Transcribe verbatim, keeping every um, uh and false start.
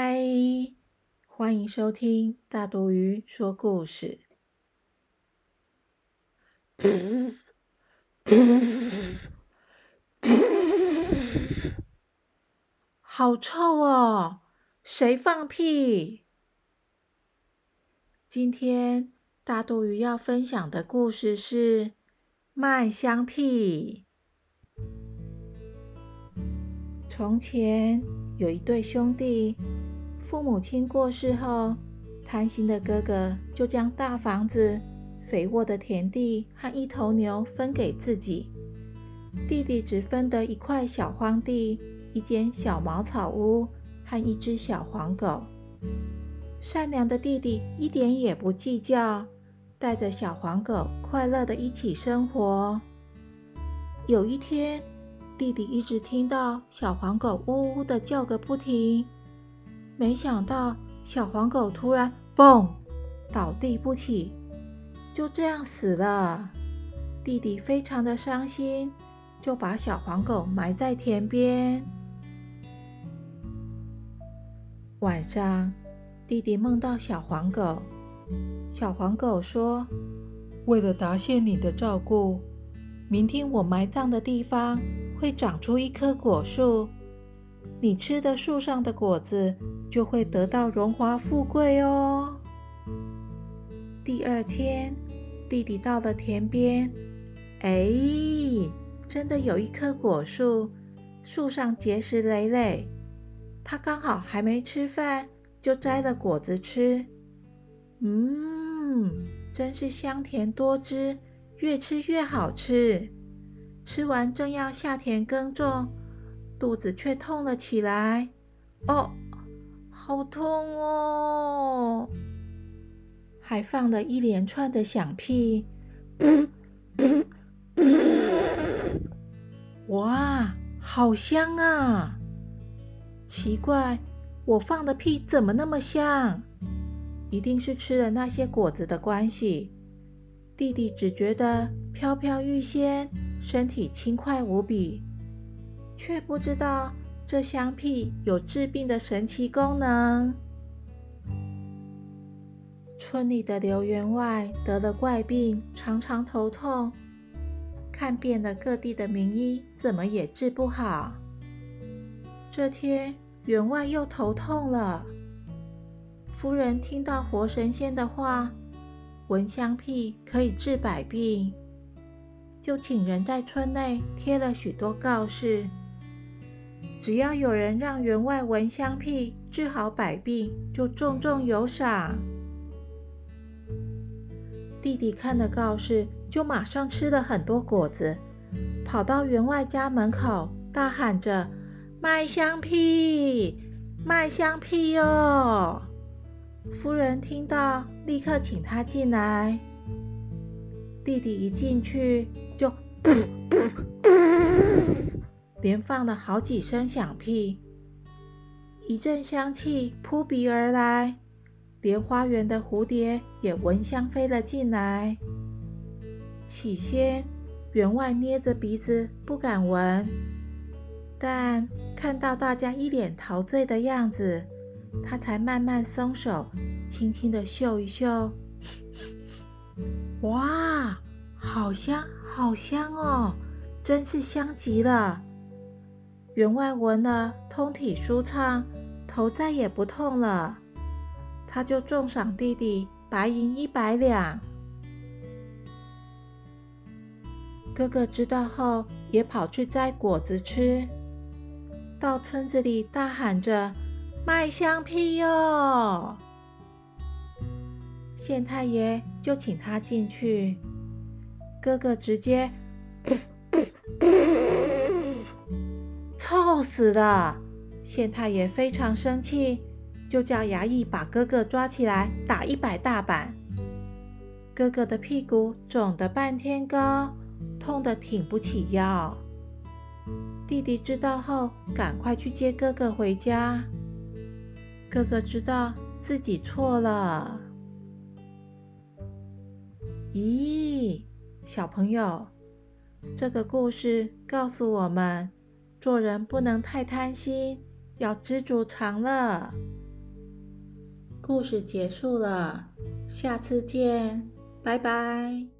嗨，欢迎收听大肚鱼说故事。好臭哦！谁放屁？今天大肚鱼要分享的故事是麦香屁。从前有一对兄弟，父母亲过世后，贪心的哥哥就将大房子、肥沃的田地和一头牛分给自己，弟弟只分得一块小荒地、一间小茅草屋和一只小黄狗。善良的弟弟一点也不计较，带着小黄狗快乐地一起生活。有一天，弟弟一直听到小黄狗呜呜地叫个不停，没想到小黄狗突然蹦倒地不起，就这样死了。弟弟非常的伤心，就把小黄狗埋在田边。晚上，弟弟梦到小黄狗，小黄狗说：为了答谢你的照顾，明天我埋葬的地方会长出一棵果树，你吃的树上的果子就会得到荣华富贵哦。第二天，弟弟到了田边，哎，真的有一棵果树，树上结实累累。他刚好还没吃饭，就摘了果子吃。嗯，真是香甜多汁，越吃越好吃。吃完正要下田耕种，肚子却痛了起来。哦，好痛哦！还放了一连串的响屁。哇，好香啊！奇怪，我放的屁怎么那么香？一定是吃了那些果子的关系。弟弟只觉得飘飘欲仙，身体轻快无比，却不知道这香屁有治病的神奇功能。村里的刘员外得了怪病，常常头痛，看遍了各地的名医，怎么也治不好。这天，员外又头痛了。夫人听到活神仙的话，闻香屁可以治百病，就请人在村内贴了许多告示，只要有人让员外闻香屁治好百病，就重重有赏。弟弟看了告示，就马上吃了很多果子，跑到员外家门口，大喊着：卖香屁，卖香屁哟！夫人听到，立刻请他进来。弟弟一进去就连放了好几声响屁，一阵香气扑鼻而来，连花园的蝴蝶也闻香飞了进来。起先，员外捏着鼻子不敢闻，但看到大家一脸陶醉的样子，他才慢慢松手，轻轻地嗅一嗅。哇，好香好香哦，真是香极了。员外闻了，通体舒畅，头再也不痛了。他就重赏弟弟白银一百两。哥哥知道后，也跑去摘果子吃，到村子里大喊着：卖香屁哟！县太爷就请他进去，哥哥直接臭死了。县太爷非常生气，就叫衙役把哥哥抓起来打一百大板。哥哥的屁股肿得半天高，痛得挺不起腰。弟弟知道后，赶快去接哥哥回家。哥哥知道自己错了。咦，小朋友，这个故事告诉我们，做人不能太贪心，要知足常乐。 故事结束了，下次见，拜拜。